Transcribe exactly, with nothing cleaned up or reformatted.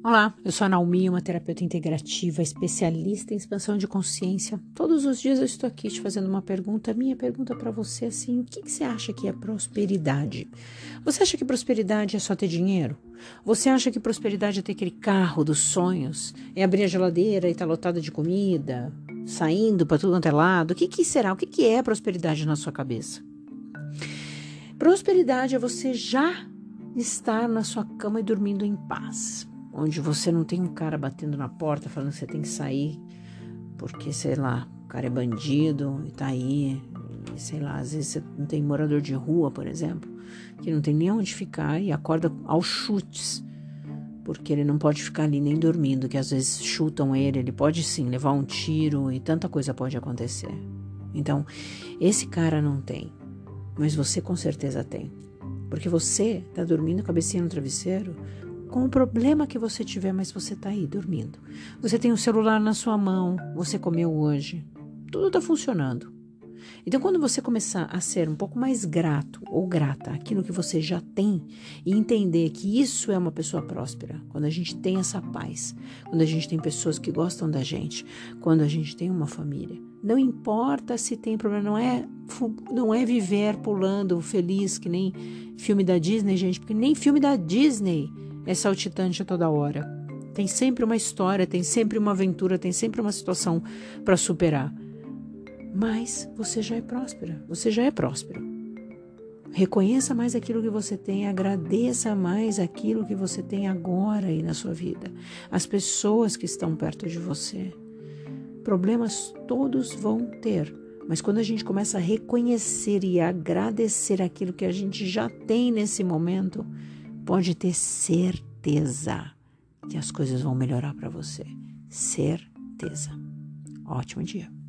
Olá, eu sou a Naomi, uma terapeuta integrativa, especialista em expansão de consciência. Todos os dias eu estou aqui te fazendo uma pergunta. Minha pergunta para você é assim, o que, que você acha que é prosperidade? Você acha que prosperidade é só ter dinheiro? Você acha que prosperidade é ter aquele carro dos sonhos? É abrir a geladeira e estar lotada de comida? Saindo para tudo quanto é lado? O que, que será? O que, que é prosperidade na sua cabeça? Prosperidade é você já estar na sua cama e dormindo em paz. Onde você não tem um cara batendo na porta falando que você tem que sair porque, sei lá, o cara é bandido e tá aí, e, sei lá, às vezes você não tem morador de rua, por exemplo, que não tem nem onde ficar e acorda aos chutes, porque ele não pode ficar ali nem dormindo, que às vezes chutam ele, ele pode sim levar um tiro e tanta coisa pode acontecer. Então, esse cara não tem, mas você com certeza tem, porque você tá dormindo cabecinha no travesseiro, com o problema que você tiver, mas você tá aí dormindo. Você tem o celular na sua mão, você comeu hoje, tudo tá funcionando. Então, quando você começar a ser um pouco mais grato ou grata àquilo que você já tem e entender que isso é uma pessoa próspera, quando a gente tem essa paz, quando a gente tem pessoas que gostam da gente, quando a gente tem uma família, não importa se tem problema, não é, não é viver pulando feliz que nem filme da Disney, gente, porque nem filme da Disney é saltitante a toda hora. Tem sempre uma história, tem sempre uma aventura, tem sempre uma situação para superar. Mas você já é próspera, você já é próspero. Reconheça mais aquilo que você tem, agradeça mais aquilo que você tem agora aí na sua vida. As pessoas que estão perto de você. Problemas todos vão ter, mas quando a gente começa a reconhecer e agradecer aquilo que a gente já tem nesse momento, pode ter certeza que as coisas vão melhorar para você. Certeza. Ótimo dia.